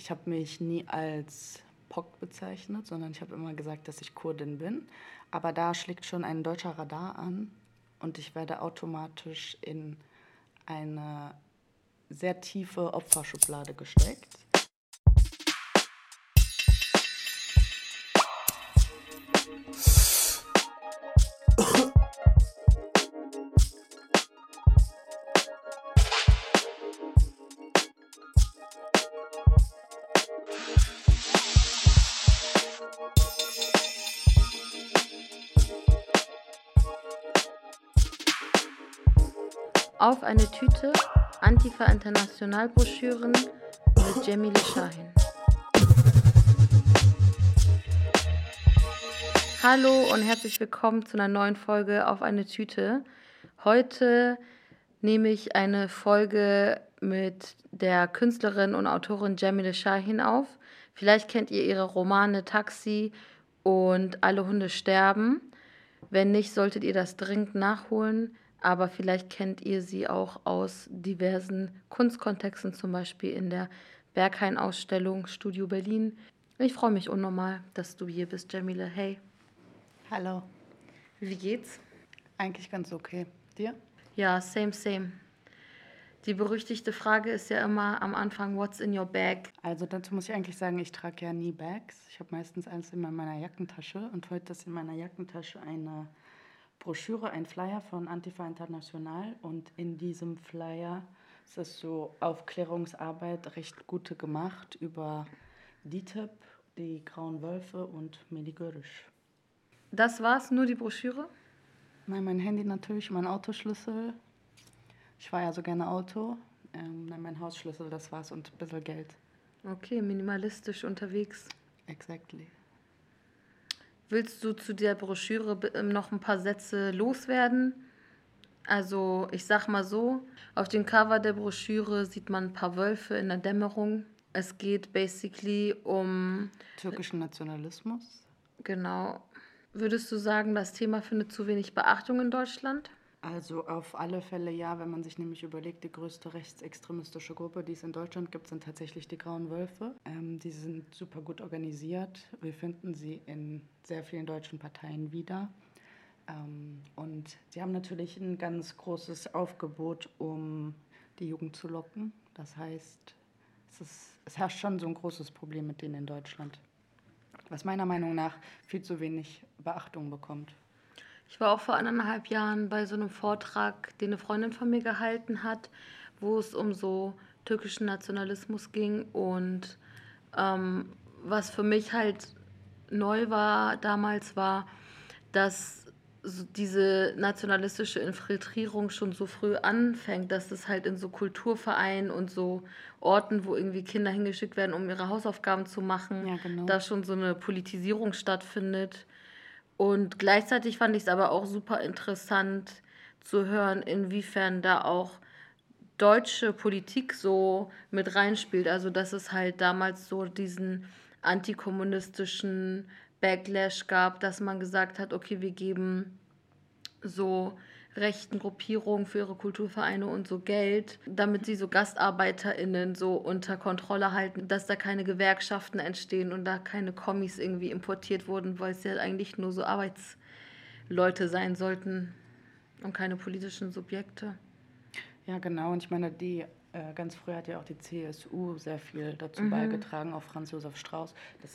ich habe mich nie als POC bezeichnet, sondern ich habe immer gesagt, dass ich Kurdin bin. Aber da schlägt schon ein deutscher Radar an und ich werde automatisch in eine sehr tiefe Opferschublade gesteckt. Auf eine Tüte Antifa-International-Broschüren mit Cemile Şahin. Hallo und herzlich willkommen zu einer neuen Folge Auf eine Tüte. Heute nehme ich eine Folge mit der Künstlerin und Autorin Cemile Şahin auf. Vielleicht kennt ihr ihre Romane Taxi und Alle Hunde sterben. Wenn nicht, solltet ihr das dringend nachholen. Aber vielleicht kennt ihr sie auch aus diversen Kunstkontexten, zum Beispiel in der Berghain-Ausstellung Studio Berlin. Ich freue mich unnormal, dass du hier bist, Cemile. Hey. Hallo. Wie geht's? Eigentlich ganz okay. Dir? Ja, same. Die berüchtigte Frage ist ja immer am Anfang, what's in your bag? Also dazu muss ich eigentlich sagen, ich trage ja nie Bags. Ich habe meistens eins in meiner Jackentasche und heute ist in meiner Jackentasche eine Broschüre, ein Flyer von Antifa International und in diesem Flyer ist es so Aufklärungsarbeit, recht gute gemacht über DİTİB, die Grauen Wölfe und Melih Görüş. Das war's, nur die Broschüre? Nein, mein Handy natürlich, mein Autoschlüssel. Ich fahre ja so gerne Auto. Nein, mein Hausschlüssel, das war's und ein bisschen Geld. Okay, minimalistisch unterwegs. Exactly. Willst du zu der Broschüre noch ein paar Sätze loswerden? Also, ich sag mal so, auf dem Cover der Broschüre sieht man ein paar Wölfe in der Dämmerung. Es geht basically um... Türkischen Nationalismus? Genau. Würdest du sagen, das Thema findet zu wenig Beachtung in Deutschland? Also auf alle Fälle ja, wenn man sich nämlich überlegt, die größte rechtsextremistische Gruppe, die es in Deutschland gibt, sind tatsächlich die Grauen Wölfe. Die sind super gut organisiert. Wir finden sie in sehr vielen deutschen Parteien wieder. Und sie haben natürlich ein ganz großes Aufgebot, um die Jugend zu locken. Das heißt, es herrscht schon so ein großes Problem mit denen in Deutschland, was meiner Meinung nach viel zu wenig Beachtung bekommt. Ich war auch vor 1,5 Jahren bei so einem Vortrag, den eine Freundin von mir gehalten hat, wo es um so türkischen Nationalismus ging. Und was für mich halt neu war damals, war, dass so diese nationalistische Infiltrierung schon so früh anfängt, dass es halt in so Kulturvereinen und so Orten, wo irgendwie Kinder hingeschickt werden, um ihre Hausaufgaben zu machen, Ja, genau. da schon so eine Politisierung stattfindet. Und gleichzeitig fand ich es aber auch super interessant zu hören, inwiefern da auch deutsche Politik so mit reinspielt. Also dass es halt damals so diesen antikommunistischen Backlash gab, dass man gesagt hat, okay, wir geben so rechten Gruppierungen für ihre Kulturvereine und so Geld, damit sie so GastarbeiterInnen so unter Kontrolle halten, dass da keine Gewerkschaften entstehen und da keine Kommis irgendwie importiert wurden, weil es ja eigentlich nur so Arbeitsleute sein sollten und keine politischen Subjekte. Ja, genau. Und ich meine, ganz früh hat ja auch die CSU sehr viel dazu beigetragen, auch Franz Josef Strauß, dass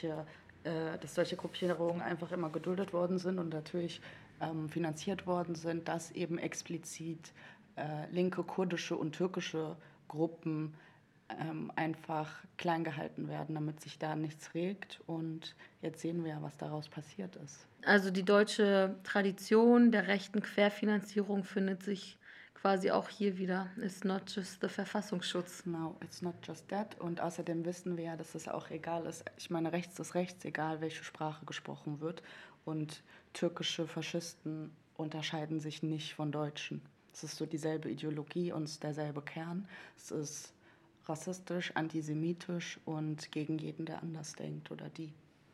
solche Gruppierungen einfach immer geduldet worden sind und natürlich finanziert worden sind, dass eben explizit linke, kurdische und türkische Gruppen einfach klein gehalten werden, damit sich da nichts regt. Und jetzt sehen wir ja, was daraus passiert ist. Also die deutsche Tradition der rechten Querfinanzierung findet sich quasi auch hier wieder. It's not just the Verfassungsschutz. No, it's not just that. Und außerdem wissen wir ja, dass es auch egal ist. Ich meine, rechts ist rechts, egal welche Sprache gesprochen wird. Und türkische Faschisten unterscheiden sich nicht von Deutschen. Es ist so dieselbe Ideologie und derselbe Kern. Es ist rassistisch, antisemitisch und gegen jeden, der anders denkt oder die.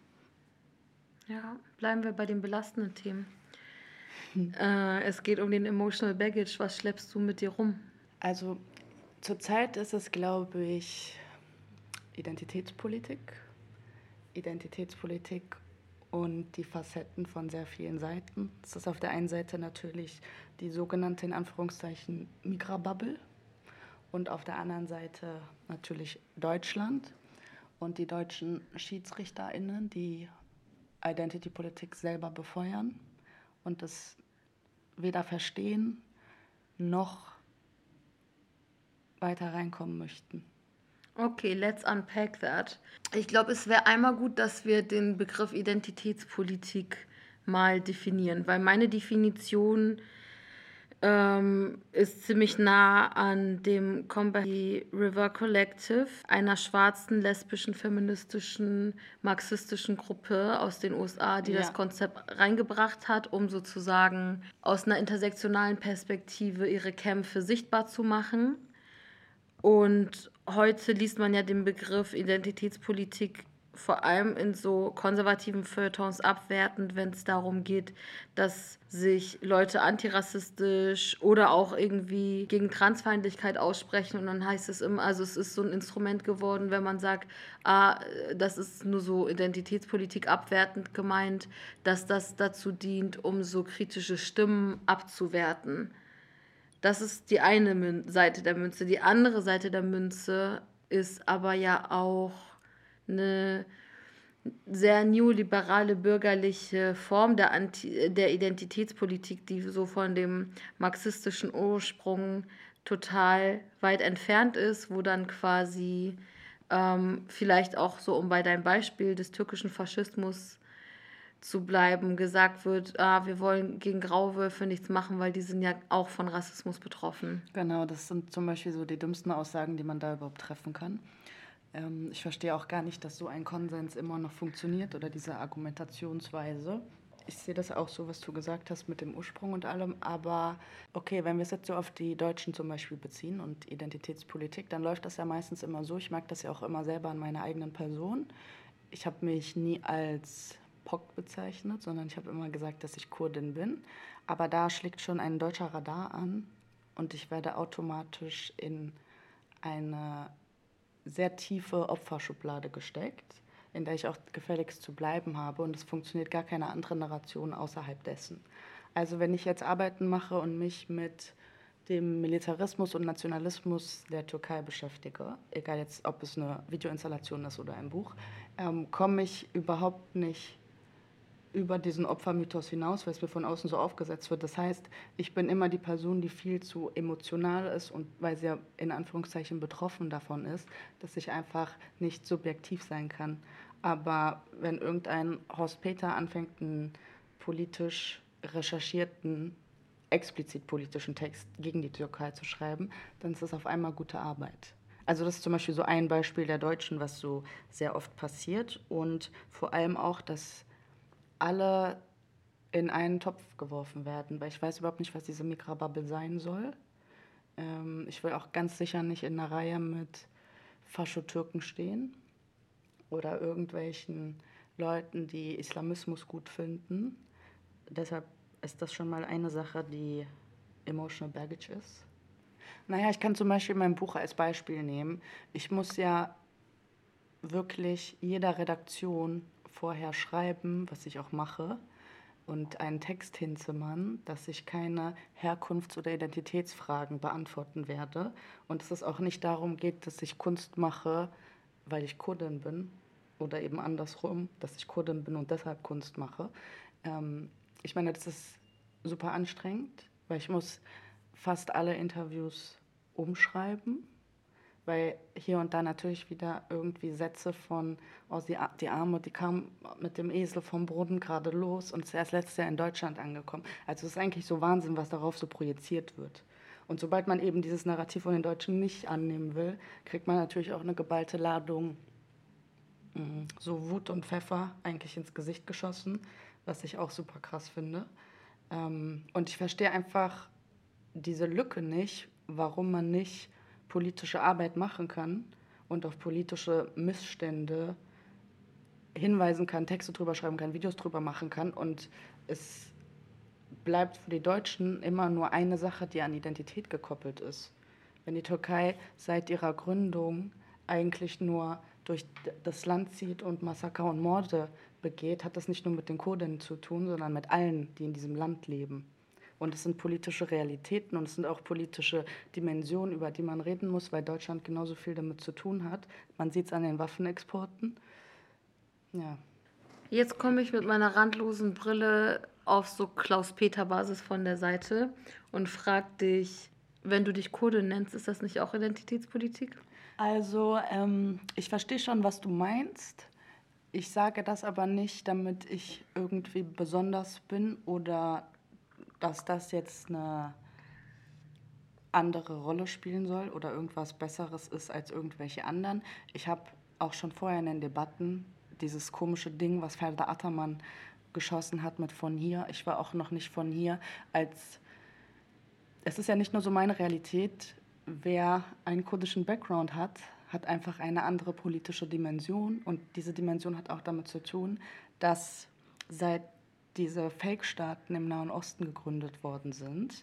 Ja, bleiben wir bei den belastenden Themen. Es geht um den Emotional Baggage. Was schleppst du mit dir rum? Also zurzeit ist es, glaube ich, Identitätspolitik. Identitätspolitik und die Facetten von sehr vielen Seiten. Es ist auf der einen Seite natürlich die sogenannte, in Anführungszeichen, Migrabubble und auf der anderen Seite natürlich Deutschland und die deutschen SchiedsrichterInnen, die Identity-Politik selber befeuern und es weder verstehen noch weiter reinkommen möchten. Okay, let's unpack that. Ich glaube, es wäre einmal gut, dass wir den Begriff Identitätspolitik mal definieren, weil meine Definition ist ziemlich nah an dem Combahee River Collective, einer schwarzen, lesbischen, feministischen, marxistischen Gruppe aus den USA, die das Konzept reingebracht hat, um sozusagen aus einer intersektionalen Perspektive ihre Kämpfe sichtbar zu machen. Und heute liest man ja den Begriff Identitätspolitik vor allem in so konservativen Feuilletons abwertend, wenn es darum geht, dass sich Leute antirassistisch oder auch irgendwie gegen Transfeindlichkeit aussprechen. Und dann heißt es immer, also es ist so ein Instrument geworden, wenn man sagt, das ist nur so Identitätspolitik abwertend gemeint, dass das dazu dient, um so kritische Stimmen abzuwerten. Das ist die eine Seite der Münze. Die andere Seite der Münze ist aber ja auch eine sehr neoliberale bürgerliche Form der Identitätspolitik, die so von dem marxistischen Ursprung total weit entfernt ist, wo dann quasi vielleicht auch so, um bei deinem Beispiel des türkischen Faschismus zu bleiben, gesagt wird, wir wollen gegen Grauwölfe nichts machen, weil die sind ja auch von Rassismus betroffen. Genau, das sind zum Beispiel so die dümmsten Aussagen, die man da überhaupt treffen kann. Ich verstehe auch gar nicht, dass so ein Konsens immer noch funktioniert oder diese Argumentationsweise. Ich sehe das auch so, was du gesagt hast mit dem Ursprung und allem, aber okay, wenn wir es jetzt so auf die Deutschen zum Beispiel beziehen und Identitätspolitik, dann läuft das ja meistens immer so. Ich merke das ja auch immer selber an meiner eigenen Person. Ich habe mich nie als POC bezeichnet, sondern ich habe immer gesagt, dass ich Kurdin bin. Aber da schlägt schon ein deutscher Radar an und ich werde automatisch in eine sehr tiefe Opferschublade gesteckt, in der ich auch gefälligst zu bleiben habe und es funktioniert gar keine andere Narration außerhalb dessen. Also wenn ich jetzt Arbeiten mache und mich mit dem Militarismus und Nationalismus der Türkei beschäftige, egal jetzt, ob es eine Videoinstallation ist oder ein Buch, komme ich überhaupt nicht über diesen Opfermythos hinaus, weil es mir von außen so aufgesetzt wird. Das heißt, ich bin immer die Person, die viel zu emotional ist und weil sie ja in Anführungszeichen betroffen davon ist, dass ich einfach nicht subjektiv sein kann. Aber wenn irgendein Horst Peter anfängt, einen politisch recherchierten, explizit politischen Text gegen die Türkei zu schreiben, dann ist das auf einmal gute Arbeit. Also das ist zum Beispiel so ein Beispiel der Deutschen, was so sehr oft passiert und vor allem auch, dass alle in einen Topf geworfen werden, weil ich weiß überhaupt nicht, was diese Migrabubble sein soll. Ich will auch ganz sicher nicht in einer Reihe mit Faschotürken stehen oder irgendwelchen Leuten, die Islamismus gut finden. Deshalb ist das schon mal eine Sache, die emotional baggage ist. Naja, ich kann zum Beispiel mein Buch als Beispiel nehmen. Ich muss ja wirklich jeder Redaktion vorher schreiben, was ich auch mache, und einen Text hinzimmern, dass ich keine Herkunfts- oder Identitätsfragen beantworten werde und dass es auch nicht darum geht, dass ich Kunst mache, weil ich Kurdin bin oder eben andersrum, dass ich Kurdin bin und deshalb Kunst mache. Ich meine, das ist super anstrengend, weil ich muss fast alle Interviews umschreiben, weil hier und da natürlich wieder irgendwie Sätze von, oh, die Arme, die kam mit dem Esel vom Brunnen gerade los und ist erst letztes Jahr in Deutschland angekommen. Also es ist eigentlich so Wahnsinn, was darauf so projiziert wird. Und sobald man eben dieses Narrativ von den Deutschen nicht annehmen will, kriegt man natürlich auch eine geballte Ladung so Wut und Pfeffer eigentlich ins Gesicht geschossen, was ich auch super krass finde. Und ich verstehe einfach diese Lücke nicht, warum man nicht politische Arbeit machen kann und auf politische Missstände hinweisen kann, Texte drüber schreiben kann, Videos drüber machen kann. Und es bleibt für die Deutschen immer nur eine Sache, die an Identität gekoppelt ist. Wenn die Türkei seit ihrer Gründung eigentlich nur durch das Land zieht und Massaker und Morde begeht, hat das nicht nur mit den Kurden zu tun, sondern mit allen, die in diesem Land leben. Und es sind politische Realitäten und es sind auch politische Dimensionen, über die man reden muss, weil Deutschland genauso viel damit zu tun hat. Man sieht es an den Waffenexporten. Ja. Jetzt komme ich mit meiner randlosen Brille auf so Klaus-Peter-Basis von der Seite und frage dich, wenn du dich Kurde nennst, ist das nicht auch Identitätspolitik? Also, ich verstehe schon, was du meinst. Ich sage das aber nicht, damit ich irgendwie besonders bin oder dass das jetzt eine andere Rolle spielen soll oder irgendwas Besseres ist als irgendwelche anderen. Ich habe auch schon vorher in den Debatten dieses komische Ding, was Ferda Ataman geschossen hat mit von hier. Ich war auch noch nicht von hier. Es ist ja nicht nur so meine Realität. Wer einen kurdischen Background hat, hat einfach eine andere politische Dimension. Und diese Dimension hat auch damit zu tun, dass seit diese Fake-Staaten im Nahen Osten gegründet worden sind,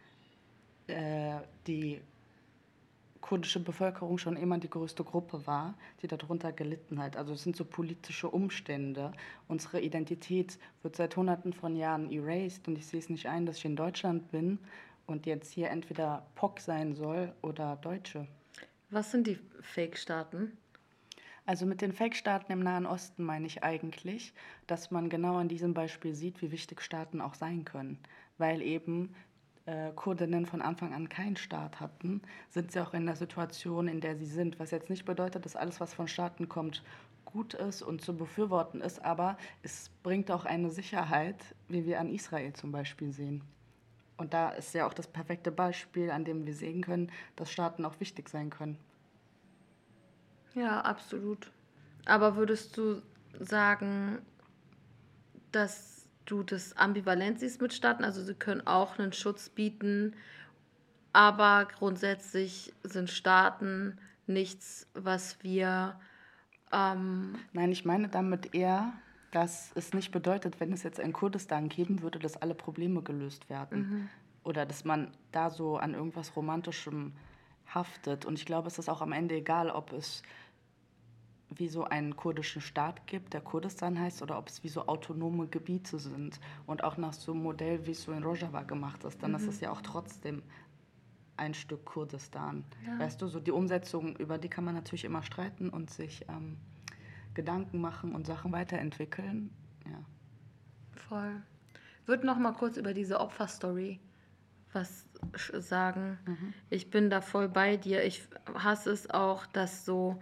die kurdische Bevölkerung schon immer die größte Gruppe war, die darunter gelitten hat. Also es sind so politische Umstände. Unsere Identität wird seit Hunderten von Jahren erased und ich sehe es nicht ein, dass ich in Deutschland bin und jetzt hier entweder POC sein soll oder Deutsche. Was sind die Fake-Staaten? Also mit den Fake-Staaten im Nahen Osten meine ich eigentlich, dass man genau an diesem Beispiel sieht, wie wichtig Staaten auch sein können. Weil eben Kurdinnen von Anfang an keinen Staat hatten, sind sie auch in der Situation, in der sie sind. Was jetzt nicht bedeutet, dass alles, was von Staaten kommt, gut ist und zu befürworten ist, aber es bringt auch eine Sicherheit, wie wir an Israel zum Beispiel sehen. Und da ist ja auch das perfekte Beispiel, an dem wir sehen können, dass Staaten auch wichtig sein können. Ja, absolut. Aber würdest du sagen, dass du das ambivalent siehst mit Staaten? Also sie können auch einen Schutz bieten, aber grundsätzlich sind Staaten nichts, was wir... Nein, ich meine damit eher, dass es nicht bedeutet, wenn es jetzt ein Kurdistan geben würde, dass alle Probleme gelöst werden. Oder dass man da so an irgendwas Romantischem haftet. Und ich glaube, es ist auch am Ende egal, ob es wie so einen kurdischen Staat gibt, der Kurdistan heißt, oder ob es wie so autonome Gebiete sind. Und auch nach so einem Modell, wie es so in Rojava gemacht ist, dann ist es ja auch trotzdem ein Stück Kurdistan. Ja. Weißt du, so die Umsetzung, über die kann man natürlich immer streiten und sich Gedanken machen und Sachen weiterentwickeln. Ja. Voll. Würde noch mal kurz über diese Opferstory was sagen. Ich bin da voll bei dir. Ich hasse es auch, dass so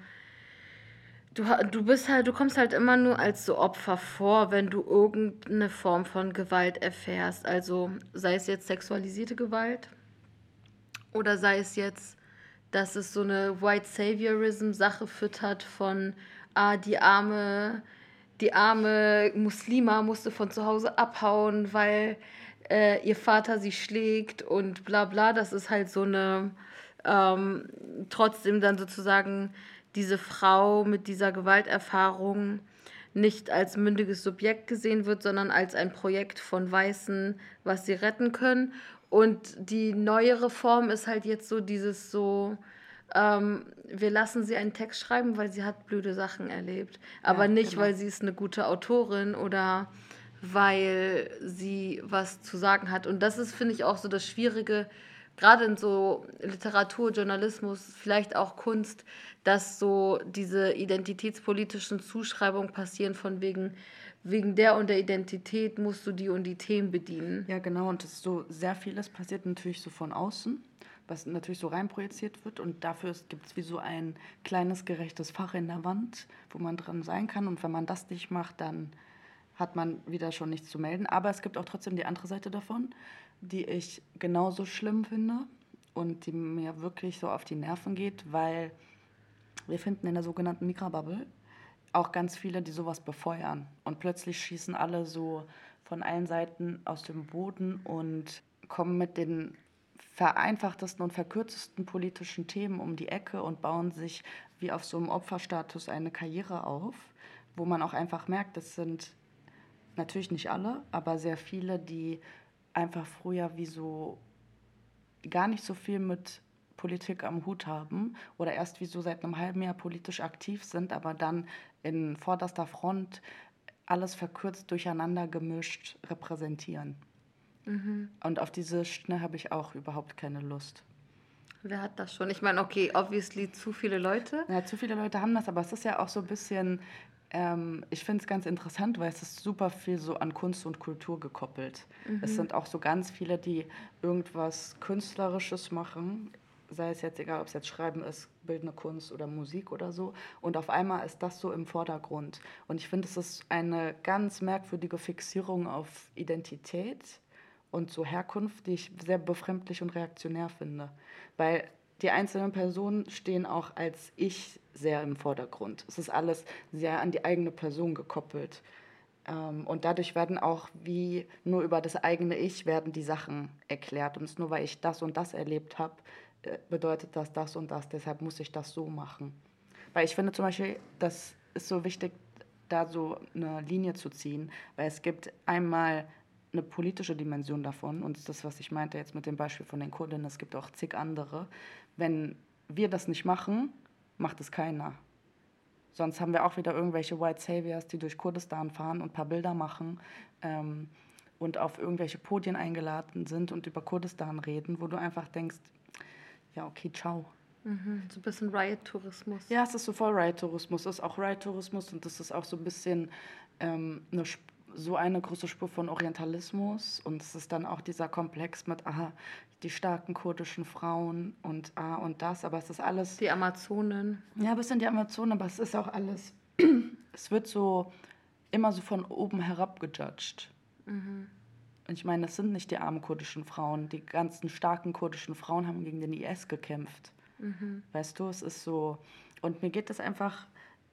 du kommst halt immer nur als so Opfer vor, wenn du irgendeine Form von Gewalt erfährst. Also sei es jetzt sexualisierte Gewalt oder sei es jetzt, dass es so eine White Saviorism-Sache füttert von, die arme Muslima musste von zu Hause abhauen, weil ihr Vater sie schlägt und bla bla. Das ist halt so eine, trotzdem dann sozusagen diese Frau mit dieser Gewalterfahrung nicht als mündiges Subjekt gesehen wird, sondern als ein Projekt von Weißen, was sie retten können. Und die neuere Form ist halt jetzt so dieses so, wir lassen sie einen Text schreiben, weil sie hat blöde Sachen erlebt. Aber Ja, nicht, genau. weil sie ist eine gute Autorin oder weil sie was zu sagen hat. Und das ist, finde ich, auch so das Schwierige, gerade in so Literatur, Journalismus, vielleicht auch Kunst, dass so diese identitätspolitischen Zuschreibungen passieren von wegen der und der Identität musst du die und die Themen bedienen. Ja, genau. Und das ist so sehr vieles passiert natürlich so von außen, was natürlich so reinprojiziert wird. Und dafür gibt es wie so ein kleines gerechtes Fach in der Wand, wo man dran sein kann. Und wenn man das nicht macht, dann hat man wieder schon nichts zu melden. Aber es gibt auch trotzdem die andere Seite davon, die ich genauso schlimm finde und die mir wirklich so auf die Nerven geht, weil wir finden in der sogenannten Mikrabubble auch ganz viele, die sowas befeuern. Und plötzlich schießen alle so von allen Seiten aus dem Boden und kommen mit den vereinfachtesten und verkürztesten politischen Themen um die Ecke und bauen sich wie auf so einem Opferstatus eine Karriere auf, wo man auch einfach merkt, das sind natürlich nicht alle, aber sehr viele, die einfach früher wie so gar nicht so viel mit Politik am Hut haben oder erst wie so seit einem halben Jahr politisch aktiv sind, aber dann in vorderster Front alles verkürzt, durcheinander gemischt repräsentieren. Und auf diese Schiene habe ich auch überhaupt keine Lust. Wer hat das schon? Ich meine, okay, obviously zu viele Leute. Ja, zu viele Leute haben das, aber es ist ja auch so ein bisschen, ich finde es ganz interessant, weil es ist super viel so an Kunst und Kultur gekoppelt. Es sind auch so ganz viele, die irgendwas Künstlerisches machen, sei es jetzt egal, ob es jetzt Schreiben ist, bildende Kunst oder Musik oder so. Und auf einmal ist das so im Vordergrund. Und ich finde, es ist eine ganz merkwürdige Fixierung auf Identität und so Herkunft, die ich sehr befremdlich und reaktionär finde. Weil die einzelnen Personen stehen auch als Ich sehr im Vordergrund. Es ist alles sehr an die eigene Person gekoppelt. Und dadurch werden auch wie nur über das eigene Ich werden die Sachen erklärt. Und es ist nur, weil ich das und das erlebt habe, bedeutet das das und das. Deshalb muss ich das so machen. Weil ich finde zum Beispiel, das ist so wichtig, da so eine Linie zu ziehen. Weil es gibt einmal eine politische Dimension davon. Und das ist das, was ich meinte jetzt mit dem Beispiel von den Kurdinnen. Es gibt auch zig andere. Wenn wir das nicht machen, macht es keiner. Sonst haben wir auch wieder irgendwelche White Saviors, die durch Kurdistan fahren und ein paar Bilder machen und auf irgendwelche Podien eingeladen sind und über Kurdistan reden, wo du einfach denkst, ja, okay, ciao. So ein bisschen Riot-Tourismus. Ja, es ist so voll Riot-Tourismus. Es ist auch Riot-Tourismus und das ist auch so ein bisschen so eine große Spur von Orientalismus. Und es ist dann auch dieser Komplex mit, die starken kurdischen Frauen und und das. Aber es ist alles, Die Amazonen. ja, ein bisschen die Amazonen, aber es ist auch alles, es wird so immer so von oben herab gejudged. Und ich meine, das sind nicht die armen kurdischen Frauen. Die ganzen starken kurdischen Frauen haben gegen den IS gekämpft. Weißt du, es ist so. Und mir geht das einfach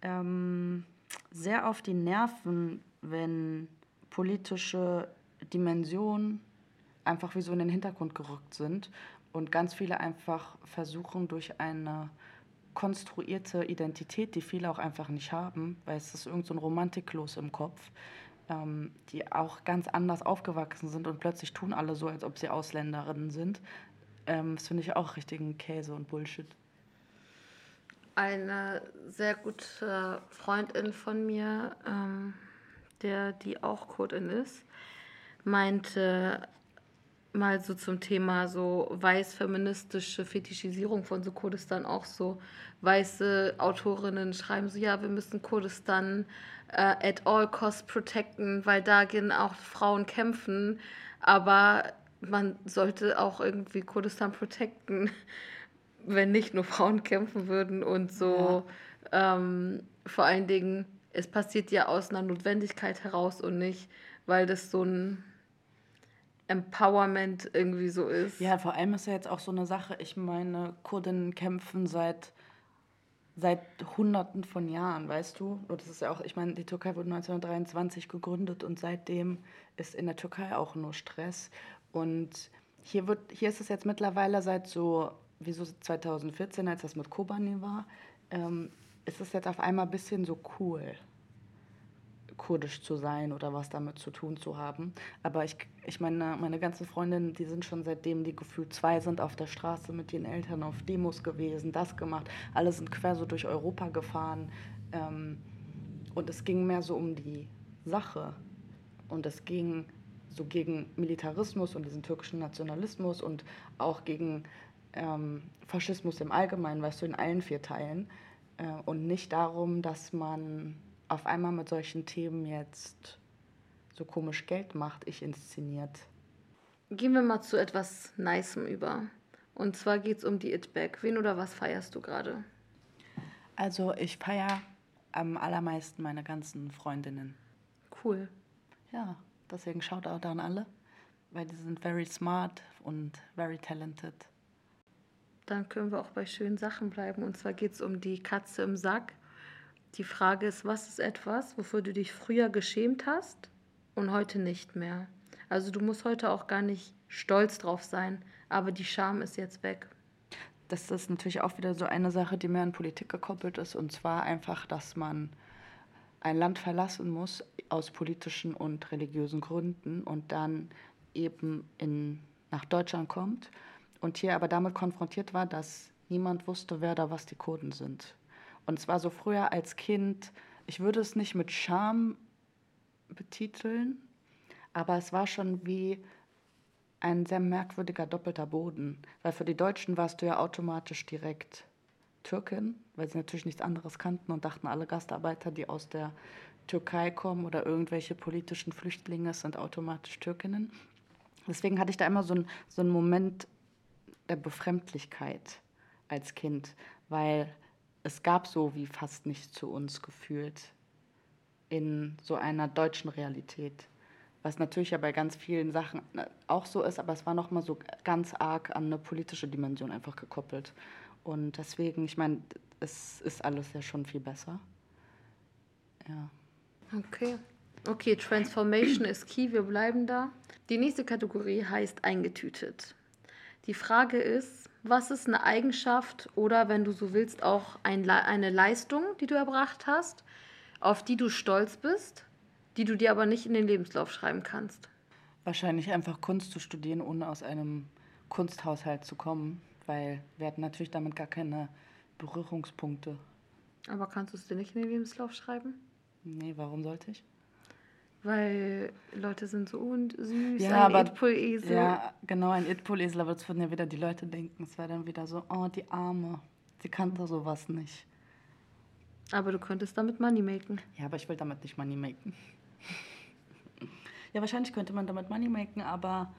sehr auf die Nerven, wenn politische Dimensionen einfach wie so in den Hintergrund gerückt sind und ganz viele einfach versuchen, durch eine konstruierte Identität, die viele auch einfach nicht haben, weil es ist irgend so ein Romantiklos im Kopf, die auch ganz anders aufgewachsen sind und plötzlich tun alle so, als ob sie Ausländerinnen sind. Das finde ich auch richtigen Käse und Bullshit. Eine sehr gute Freundin von mir, die auch Kurdin ist, meinte mal so zum Thema so weiß-feministische Fetischisierung von so Kurdistan auch so. Weiße Autorinnen schreiben so, ja, wir müssen Kurdistan at all costs protecten, weil da gehen auch Frauen kämpfen, aber man sollte auch irgendwie Kurdistan protecten, wenn nicht nur Frauen kämpfen würden und so. Vor allen Dingen, es passiert ja aus einer Notwendigkeit heraus und nicht, weil das so ein Empowerment irgendwie so ist. Ja, vor allem ist ja jetzt auch so eine Sache, ich meine, Kurdinnen kämpfen seit Hunderten von Jahren, weißt du? Und das ist ja auch, ich meine, die Türkei wurde 1923 gegründet und seitdem ist in der Türkei auch nur Stress. Und hier ist es jetzt mittlerweile seit so, wie so 2014, als das mit Kobani war, ist es jetzt auf einmal ein bisschen so cool, kurdisch zu sein oder was damit zu tun zu haben. Aber ich meine, meine ganzen Freundinnen, die sind schon seitdem die gefühlt 2 sind auf der Straße mit ihren Eltern auf Demos gewesen, das gemacht. Alle sind quer so durch Europa gefahren. Und es ging mehr so um die Sache. Und es ging so gegen Militarismus und diesen türkischen Nationalismus und auch gegen Faschismus im Allgemeinen, weißt du, in allen 4 Teilen. Und nicht darum, dass man auf einmal mit solchen Themen jetzt so komisch Geld macht, ich inszeniert. Gehen wir mal zu etwas Nicem über. Und zwar geht es um die It-Bag. Wen oder was feierst du gerade? Also ich feiere am allermeisten meine ganzen Freundinnen. Cool. Ja, deswegen Shoutout an alle, weil die sind very smart und very talented. Dann können wir auch bei schönen Sachen bleiben. Und zwar geht es um die Katze im Sack. Die Frage ist, was ist etwas, wofür du dich früher geschämt hast und heute nicht mehr? Also du musst heute auch gar nicht stolz drauf sein, aber die Scham ist jetzt weg. Das ist natürlich auch wieder so eine Sache, die mehr an Politik gekoppelt ist, und zwar einfach, dass man ein Land verlassen muss aus politischen und religiösen Gründen und dann eben nach Deutschland kommt und hier aber damit konfrontiert war, dass niemand wusste, wer da was die Kurden sind. Und es war so früher als Kind, ich würde es nicht mit Scham betiteln, aber es war schon wie ein sehr merkwürdiger doppelter Boden. Weil für die Deutschen warst du ja automatisch direkt Türkin, weil sie natürlich nichts anderes kannten und dachten, alle Gastarbeiter, die aus der Türkei kommen oder irgendwelche politischen Flüchtlinge, sind automatisch Türkinnen. Deswegen hatte ich da immer so einen Moment der Befremdlichkeit als Kind, weil es gab so wie fast nichts zu uns gefühlt in so einer deutschen Realität. Was natürlich ja bei ganz vielen Sachen auch so ist, aber es war nochmal so ganz arg an eine politische Dimension einfach gekoppelt. Und deswegen, ich meine, es ist alles ja schon viel besser. Ja. Okay. Okay, Transformation ist key, wir bleiben da. Die nächste Kategorie heißt eingetütet. Die Frage ist, was ist eine Eigenschaft oder, wenn du so willst, auch eine Leistung, die du erbracht hast, auf die du stolz bist, die du dir aber nicht in den Lebenslauf schreiben kannst? Wahrscheinlich einfach Kunst zu studieren, ohne aus einem Kunsthaushalt zu kommen, weil wir hatten natürlich damit gar keine Berührungspunkte. Aber kannst du es dir nicht in den Lebenslauf schreiben? Nee, warum sollte ich? Weil Leute sind so süß, Ja, ein aber Itpul-Esel. ja, genau, ein Itpul-Esel, aber das würden ja wieder die Leute denken. Es wäre dann wieder so, oh, die Arme, sie kannte sowas nicht. Aber du könntest damit Money maken. Ja, aber ich will damit nicht Money maken. Ja, wahrscheinlich könnte man damit Money maken, aber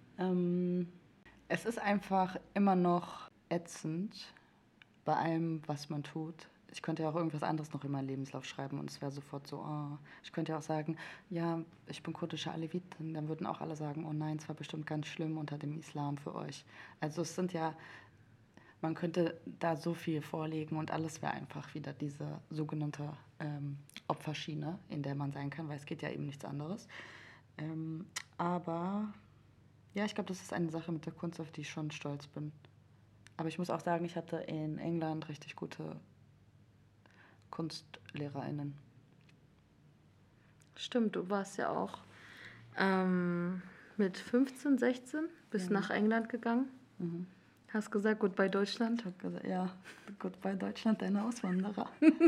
es ist einfach immer noch ätzend bei allem, was man tut. Ich könnte ja auch irgendwas anderes noch in meinen Lebenslauf schreiben und es wäre sofort so, oh. Ich könnte ja auch sagen, ja, ich bin kurdische Alevitin. Dann würden auch alle sagen, oh nein, es war bestimmt ganz schlimm unter dem Islam für euch. Also es sind ja, man könnte da so viel vorlegen und alles wäre einfach wieder diese sogenannte Opferschiene, in der man sein kann, weil es geht ja eben nichts anderes. Aber ja, ich glaube, das ist eine Sache mit der Kunst, auf die ich schon stolz bin. Aber ich muss auch sagen, ich hatte in England richtig gute KunstlehrerInnen. Stimmt, du warst ja auch mit 15, 16 bist nach England gegangen. Mhm. Hast gesagt, goodbye Deutschland. Ich habe gesagt, ja, goodbye Deutschland, deine Auswanderer.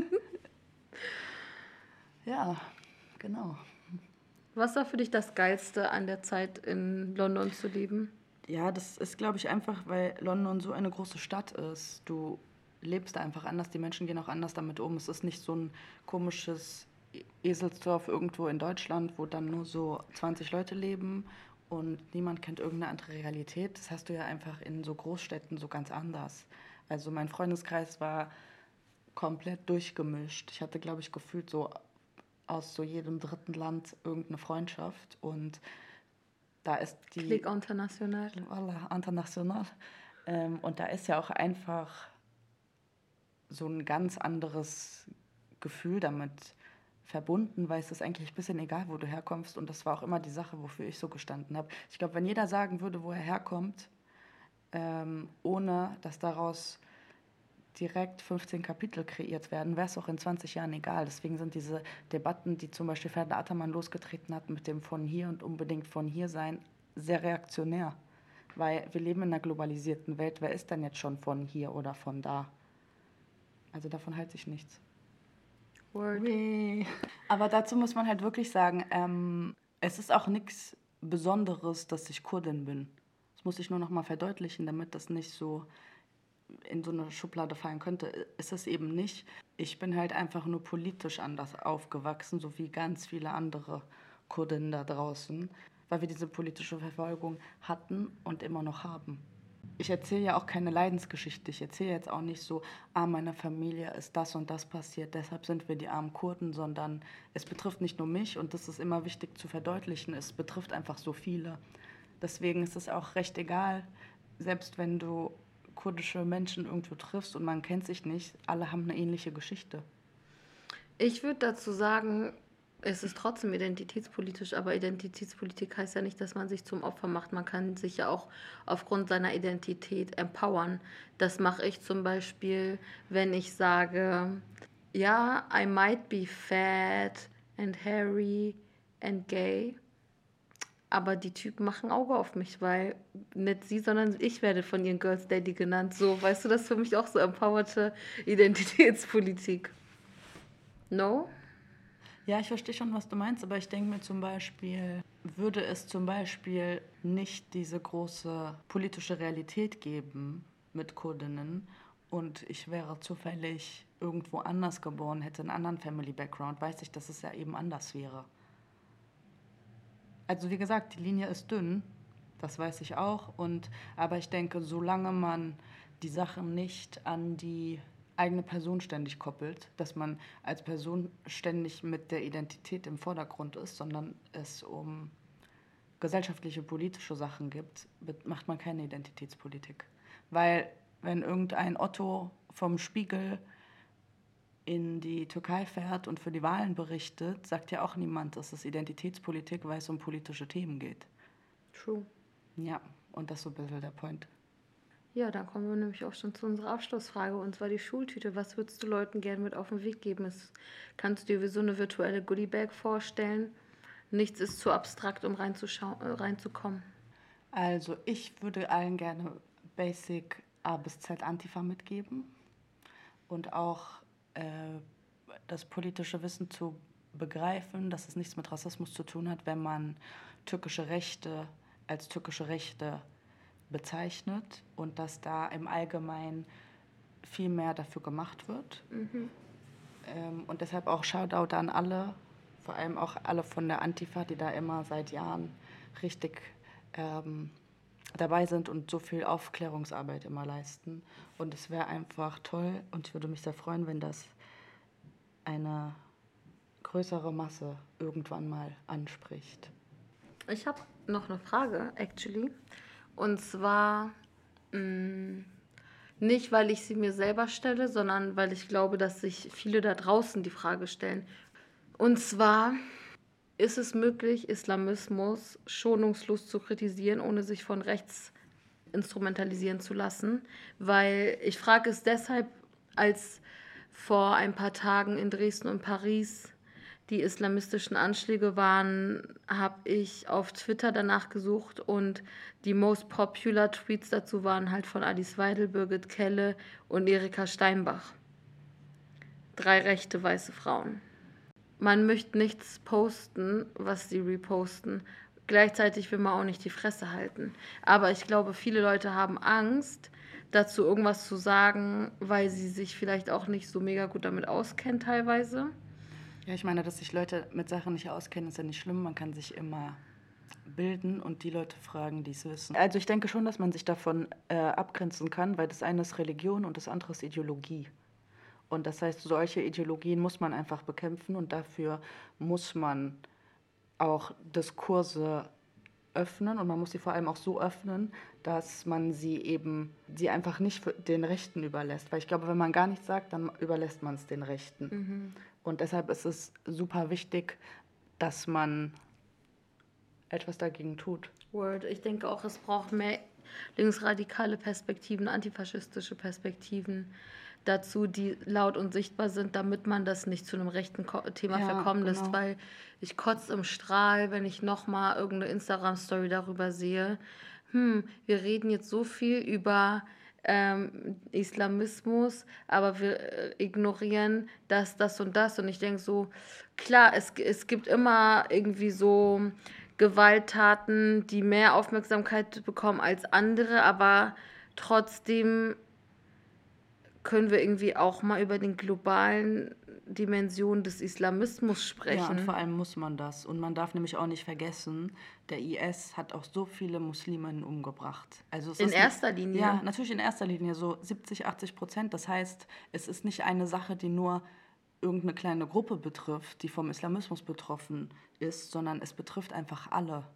Ja, genau. Was war für dich das Geilste an der Zeit in London zu leben? Ja, das ist, glaube ich, einfach, weil London so eine große Stadt ist. Du lebst da einfach anders, die Menschen gehen auch anders damit um. Es ist nicht so ein komisches Eselsdorf irgendwo in Deutschland, wo dann nur so 20 Leute leben und niemand kennt irgendeine andere Realität. Das hast du ja einfach in so Großstädten so ganz anders. Also mein Freundeskreis war komplett durchgemischt. Ich hatte, glaube ich, gefühlt so aus so jedem dritten Land irgendeine Freundschaft und da ist die... Clique international. Voilà, international. Und da ist ja auch einfach so ein ganz anderes Gefühl damit verbunden, weil es ist eigentlich ein bisschen egal, wo du herkommst. Und das war auch immer die Sache, wofür ich so gestanden habe. Ich glaube, wenn jeder sagen würde, wo er herkommt, ohne dass daraus direkt 15 Kapitel kreiert werden, wäre es auch in 20 Jahren egal. Deswegen sind diese Debatten, die zum Beispiel Ferdi Ataman losgetreten hat mit dem von hier und unbedingt von hier sein, sehr reaktionär. Weil wir leben in einer globalisierten Welt. Wer ist denn jetzt schon von hier oder von da? Also davon halte ich nichts. Word. Aber dazu muss man halt wirklich sagen, es ist auch nichts Besonderes, dass ich Kurdin bin. Das muss ich nur noch mal verdeutlichen, damit das nicht so in so eine Schublade fallen könnte. Ist es eben nicht. Ich bin halt einfach nur politisch anders aufgewachsen, so wie ganz viele andere Kurdinnen da draußen, weil wir diese politische Verfolgung hatten und immer noch haben. Ich erzähle ja auch keine Leidensgeschichte. Ich erzähle jetzt auch nicht so, meiner Familie ist das und das passiert, deshalb sind wir die armen Kurden, sondern es betrifft nicht nur mich und das ist immer wichtig zu verdeutlichen, es betrifft einfach so viele. Deswegen ist es auch recht egal, selbst wenn du kurdische Menschen irgendwo triffst und man kennt sich nicht, alle haben eine ähnliche Geschichte. Ich würde dazu sagen, es ist trotzdem identitätspolitisch, aber Identitätspolitik heißt ja nicht, dass man sich zum Opfer macht. Man kann sich ja auch aufgrund seiner Identität empowern. Das mache ich zum Beispiel, wenn ich sage, ja, I might be fat and hairy and gay, aber die Typen machen Auge auf mich, weil nicht sie, sondern ich werde von ihren Girls Daddy genannt. So, weißt du, das ist für mich auch so empowerte Identitätspolitik. No? Ja, ich verstehe schon, was du meinst, aber ich denke mir zum Beispiel, würde es zum Beispiel nicht diese große politische Realität geben mit Kurdinnen und ich wäre zufällig irgendwo anders geboren, hätte einen anderen Family Background, weiß ich, dass es ja eben anders wäre. Also wie gesagt, die Linie ist dünn, das weiß ich auch. Aber ich denke, solange man die Sachen nicht an die eigene Person ständig koppelt, dass man als Person ständig mit der Identität im Vordergrund ist, sondern es um gesellschaftliche, politische Sachen gibt, macht man keine Identitätspolitik. Weil wenn irgendein Otto vom Spiegel in die Türkei fährt und für die Wahlen berichtet, sagt ja auch niemand, dass es Identitätspolitik, weil es um politische Themen geht. True. Ja, und das ist so ein bisschen der Point. Ja, dann kommen wir nämlich auch schon zu unserer Abschlussfrage, und zwar die Schultüte. Was würdest du Leuten gerne mit auf den Weg geben? Kannst du dir wie so eine virtuelle Goodiebag vorstellen? Nichts ist zu abstrakt, um reinzukommen. Also ich würde allen gerne Basic A bis Z Antifa mitgeben und auch das politische Wissen zu begreifen, dass es nichts mit Rassismus zu tun hat, wenn man türkische Rechte als türkische Rechte bezeichnet und dass da im Allgemeinen viel mehr dafür gemacht wird. Und deshalb auch Shoutout an alle, vor allem auch alle von der Antifa, die da immer seit Jahren richtig dabei sind und so viel Aufklärungsarbeit immer leisten. Und es wäre einfach toll und ich würde mich sehr freuen, wenn das eine größere Masse irgendwann mal anspricht. Ich habe noch eine Frage, actually. Und zwar nicht, weil ich sie mir selber stelle, sondern weil ich glaube, dass sich viele da draußen die Frage stellen. Und zwar, ist es möglich, Islamismus schonungslos zu kritisieren, ohne sich von rechts instrumentalisieren zu lassen? Weil ich frage es deshalb, als vor ein paar Tagen in Dresden und Paris die islamistischen Anschläge waren, habe ich auf Twitter danach gesucht und die most popular Tweets dazu waren halt von Alice Weidel, Birgit Kelle und Erika Steinbach. 3 rechte weiße Frauen. Man möchte nichts posten, was sie reposten. Gleichzeitig will man auch nicht die Fresse halten. Aber ich glaube, viele Leute haben Angst, dazu irgendwas zu sagen, weil sie sich vielleicht auch nicht so mega gut damit auskennen teilweise. Ja, ich meine, dass sich Leute mit Sachen nicht auskennen, ist ja nicht schlimm. Man kann sich immer bilden und die Leute fragen, die es wissen. Also ich denke schon, dass man sich davon abgrenzen kann, weil das eine ist Religion und das andere ist Ideologie. Und das heißt, solche Ideologien muss man einfach bekämpfen und dafür muss man auch Diskurse öffnen und man muss sie vor allem auch so öffnen, dass man sie einfach nicht den Rechten überlässt. Weil ich glaube, wenn man gar nichts sagt, dann überlässt man es den Rechten. Und deshalb ist es super wichtig, dass man etwas dagegen tut. Word. Ich denke auch, es braucht mehr linksradikale Perspektiven, antifaschistische Perspektiven dazu, die laut und sichtbar sind, damit man das nicht zu einem rechten Thema verkommen lässt, weil ich kotze im Strahl, wenn ich nochmal irgendeine Instagram-Story darüber sehe. Wir reden jetzt so viel über Islamismus, aber wir ignorieren das und das. Und ich denke so, klar, es gibt immer irgendwie so Gewalttaten, die mehr Aufmerksamkeit bekommen als andere, aber trotzdem können wir irgendwie auch mal über den globalen Dimensionen des Islamismus sprechen. Ja, und vor allem muss man das. Und man darf nämlich auch nicht vergessen, der IS hat auch so viele Musliminnen umgebracht. Also es in ist erster Linie? Ja, natürlich in erster Linie, so 70-80%. Das heißt, es ist nicht eine Sache, die nur irgendeine kleine Gruppe betrifft, die vom Islamismus betroffen ist, sondern es betrifft einfach alle.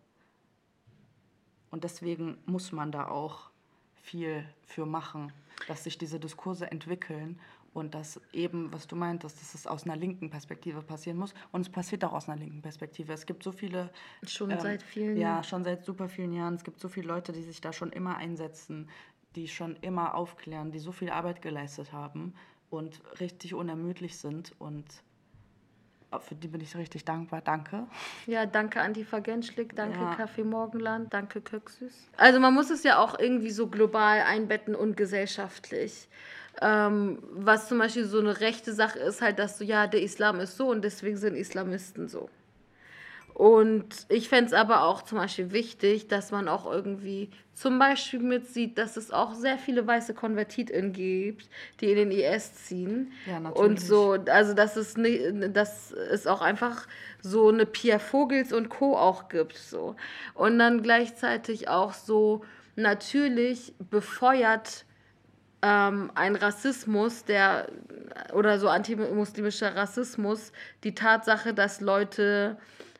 Und deswegen muss man da auch viel für machen, dass sich diese Diskurse entwickeln und dass eben, was du meintest, dass es aus einer linken Perspektive passieren muss. Und es passiert auch aus einer linken Perspektive. Es gibt so viele... Schon seit vielen Jahren. Ja, schon seit super vielen Jahren. Es gibt so viele Leute, die sich da schon immer einsetzen, die schon immer aufklären, die so viel Arbeit geleistet haben und richtig unermüdlich sind. Und für die bin ich richtig dankbar. Danke. Ja, danke Antifa Genschlik, danke Ja. Café Morgenland, danke Köksüß. Also man muss es ja auch irgendwie so global einbetten und gesellschaftlich. Was zum Beispiel so eine rechte Sache ist halt, dass so, ja, der Islam ist so und deswegen sind Islamisten so. Und ich fände es aber auch zum Beispiel wichtig, dass man auch irgendwie zum Beispiel mitsieht, dass es auch sehr viele weiße KonvertitInnen gibt, die in den IS ziehen. Ja, natürlich. Und so, also dass es auch einfach so eine Pia Vogels und Co. auch gibt. So. Und dann gleichzeitig auch so natürlich befeuert ein Rassismus, oder so antimuslimischer Rassismus, die Tatsache, dass Leute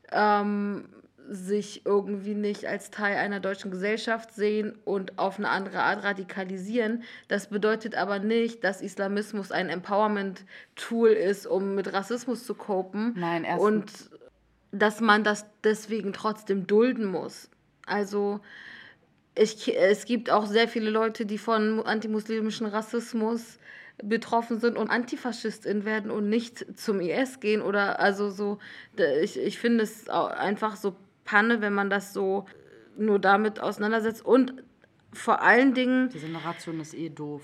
sich irgendwie nicht als Teil einer deutschen Gesellschaft sehen und auf eine andere Art radikalisieren. Das bedeutet aber nicht, dass Islamismus ein Empowerment-Tool ist, um mit Rassismus zu copen. Nein, erstens. Und dass man das deswegen trotzdem dulden muss. Also es gibt auch sehr viele Leute, die von antimuslimischen Rassismus betroffen sind und AntifaschistInnen werden und nicht zum IS gehen oder also so. Ich finde es einfach so Panne, wenn man das so nur damit auseinandersetzt und vor allen Dingen Diese Narration ist doof.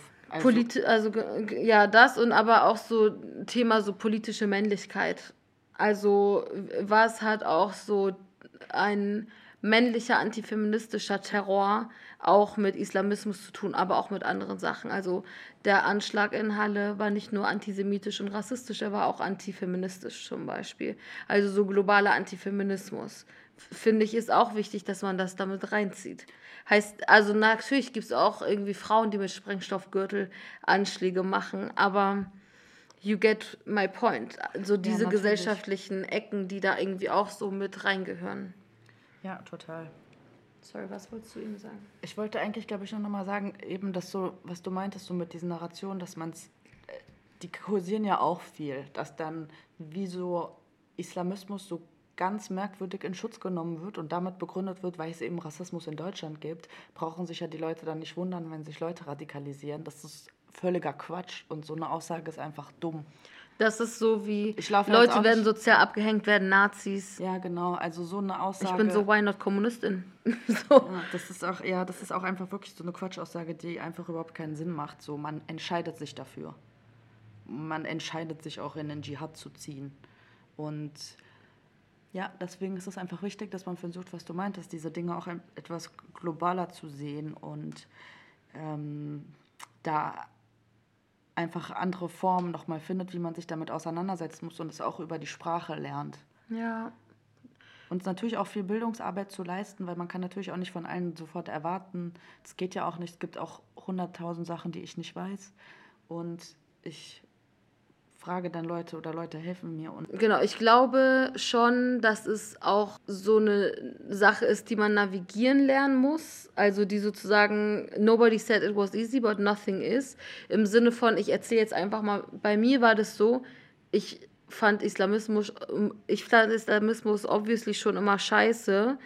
ja, das und aber auch so Thema so politische Männlichkeit. Also was hat auch so ein männlicher antifeministischer Terror auch mit Islamismus zu tun, aber auch mit anderen Sachen. Also der Anschlag in Halle war nicht nur antisemitisch und rassistisch, er war auch antifeministisch zum Beispiel. Also so globaler Antifeminismus. Finde ich, ist auch wichtig, dass man das damit reinzieht. Heißt, also natürlich gibt es auch irgendwie Frauen, die mit Sprengstoffgürtel Anschläge machen, aber you get my point. Also diese gesellschaftlichen Ecken, die da irgendwie auch so mit reingehören. Ja, total. Sorry, was wolltest du ihm sagen? Ich wollte eigentlich, glaube ich, nur noch mal sagen, eben das so, was du meintest, so mit diesen Narrationen, dass die kursieren ja auch viel, dass dann wie so Islamismus so ganz merkwürdig in Schutz genommen wird und damit begründet wird, weil es eben Rassismus in Deutschland gibt, brauchen sich ja die Leute dann nicht wundern, wenn sich Leute radikalisieren. Das ist völliger Quatsch und so eine Aussage ist einfach dumm. Das ist so wie Leute werden sozial abgehängt, werden Nazis. Ja, genau. Also so eine Aussage. Ich bin so why not Kommunistin. So. Ja, das ist auch einfach wirklich so eine Quatschaussage, die einfach überhaupt keinen Sinn macht. So, man entscheidet sich dafür. Man entscheidet sich auch in den Dschihad zu ziehen. Und ja, deswegen ist es einfach wichtig, dass man versucht, was du meintest, diese Dinge auch etwas globaler zu sehen und da einfach andere Formen nochmal findet, wie man sich damit auseinandersetzen muss und es auch über die Sprache lernt. Ja. Und natürlich auch viel Bildungsarbeit zu leisten, weil man kann natürlich auch nicht von allen sofort erwarten. Es geht ja auch nicht, es gibt auch 100.000 Sachen, die ich nicht weiß. Und ich frage dann Leute oder Leute helfen mir. Und genau, ich glaube schon, dass es auch so eine Sache ist, die man navigieren lernen muss. Also die sozusagen, nobody said it was easy, but nothing is. Im Sinne von, ich erzähle jetzt einfach mal, bei mir war das so, ich fand Islamismus obviously schon immer scheiße.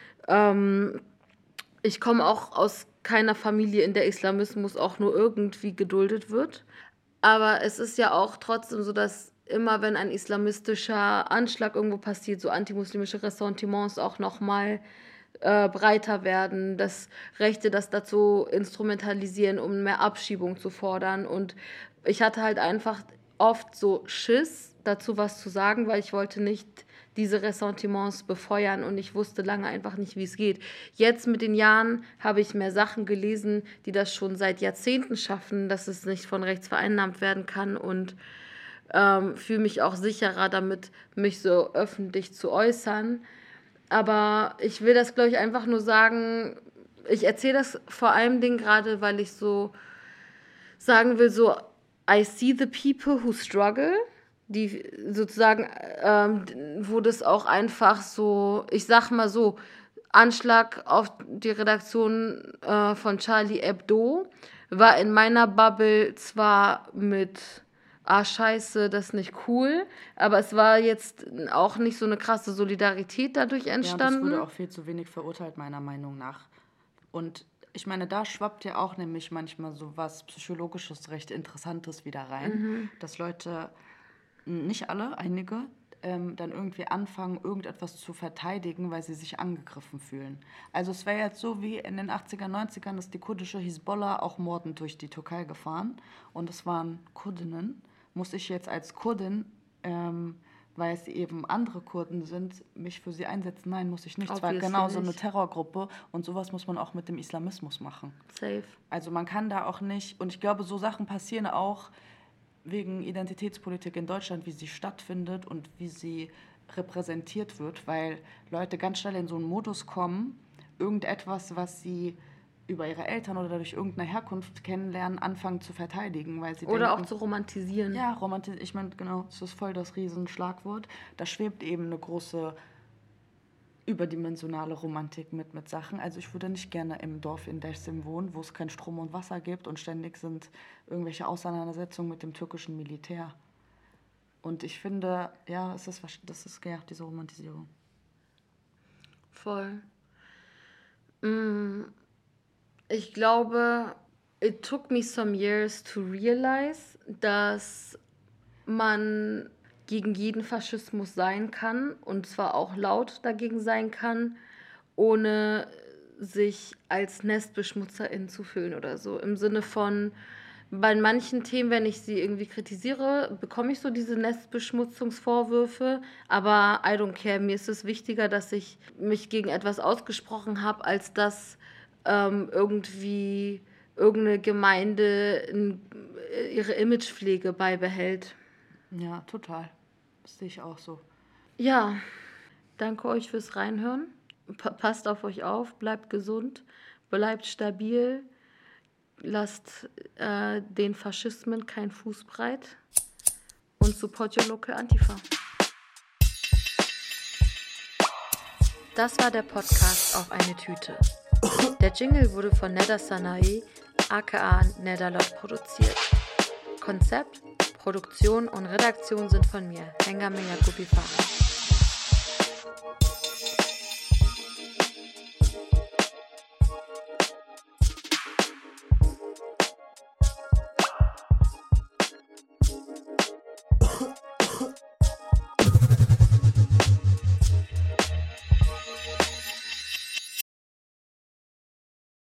Ich komme auch aus keiner Familie, in der Islamismus auch nur irgendwie geduldet wird. Aber es ist ja auch trotzdem so, dass immer, wenn ein islamistischer Anschlag irgendwo passiert, so antimuslimische Ressentiments auch nochmal breiter werden, dass Rechte das dazu instrumentalisieren, um mehr Abschiebung zu fordern. Und ich hatte halt einfach oft so Schiss, dazu was zu sagen, weil ich wollte nicht diese Ressentiments befeuern und ich wusste lange einfach nicht, wie es geht. Jetzt mit den Jahren habe ich mehr Sachen gelesen, die das schon seit Jahrzehnten schaffen, dass es nicht von rechts vereinnahmt werden kann und fühle mich auch sicherer damit, mich so öffentlich zu äußern. Aber ich will das, glaube ich, einfach nur sagen, ich erzähle das vor allem gerade, weil ich so sagen will, so I see the people who struggle, die sozusagen, wo das auch einfach so, ich sag mal so, Anschlag auf die Redaktion von Charlie Hebdo war in meiner Bubble zwar mit scheiße, das ist nicht cool, aber es war jetzt auch nicht so eine krasse Solidarität dadurch entstanden. Ja, das wurde auch viel zu wenig verurteilt, meiner Meinung nach. Und ich meine, da schwappt ja auch nämlich manchmal so was Psychologisches, recht Interessantes wieder rein, dass Leute, nicht alle, einige, dann irgendwie anfangen, irgendetwas zu verteidigen, weil sie sich angegriffen fühlen. Also es wäre jetzt so wie in den 80er, 90ern ist die kurdische Hisbollah auch mordend durch die Türkei gefahren und es waren Kurdinnen. Muss ich jetzt als Kurdin, weil es eben andere Kurden sind, mich für sie einsetzen? Nein, muss ich nicht. Es war genau so eine Terrorgruppe und sowas muss man auch mit dem Islamismus machen. Safe. Also man kann da auch nicht, und ich glaube, so Sachen passieren auch wegen Identitätspolitik in Deutschland, wie sie stattfindet und wie sie repräsentiert wird, weil Leute ganz schnell in so einen Modus kommen, irgendetwas, was sie über ihre Eltern oder durch irgendeine Herkunft kennenlernen, anfangen zu verteidigen, weil sie oder denken, auch zu romantisieren. Ja, ich meine, genau, das ist voll das Riesenschlagwort. Da schwebt eben eine große überdimensionale Romantik mit Sachen. Also ich würde nicht gerne im Dorf in Dersim wohnen, wo es kein Strom und Wasser gibt und ständig sind irgendwelche Auseinandersetzungen mit dem türkischen Militär. Und ich finde, ja, das ist ja diese Romantisierung. Voll. Ich glaube, it took me some years to realize, dass man gegen jeden Faschismus sein kann und zwar auch laut dagegen sein kann, ohne sich als Nestbeschmutzerin zu fühlen oder so. Im Sinne von, bei manchen Themen, wenn ich sie irgendwie kritisiere, bekomme ich so diese Nestbeschmutzungsvorwürfe, aber I don't care. Mir ist es wichtiger, dass ich mich gegen etwas ausgesprochen habe, als dass irgendwie irgendeine Gemeinde ihre Imagepflege beibehält. Ja, total. Das sehe ich auch so. Ja, danke euch fürs Reinhören. Passt auf euch auf, bleibt gesund, bleibt stabil, lasst den Faschismen kein Fuß breit und support your local Antifa. Das war der Podcast Auf eine Tüte. Der Jingle wurde von Neda Sanae, aka Nedalot, produziert. Konzept, Produktion und Redaktion sind von mir, Hengame Yakubi Farah.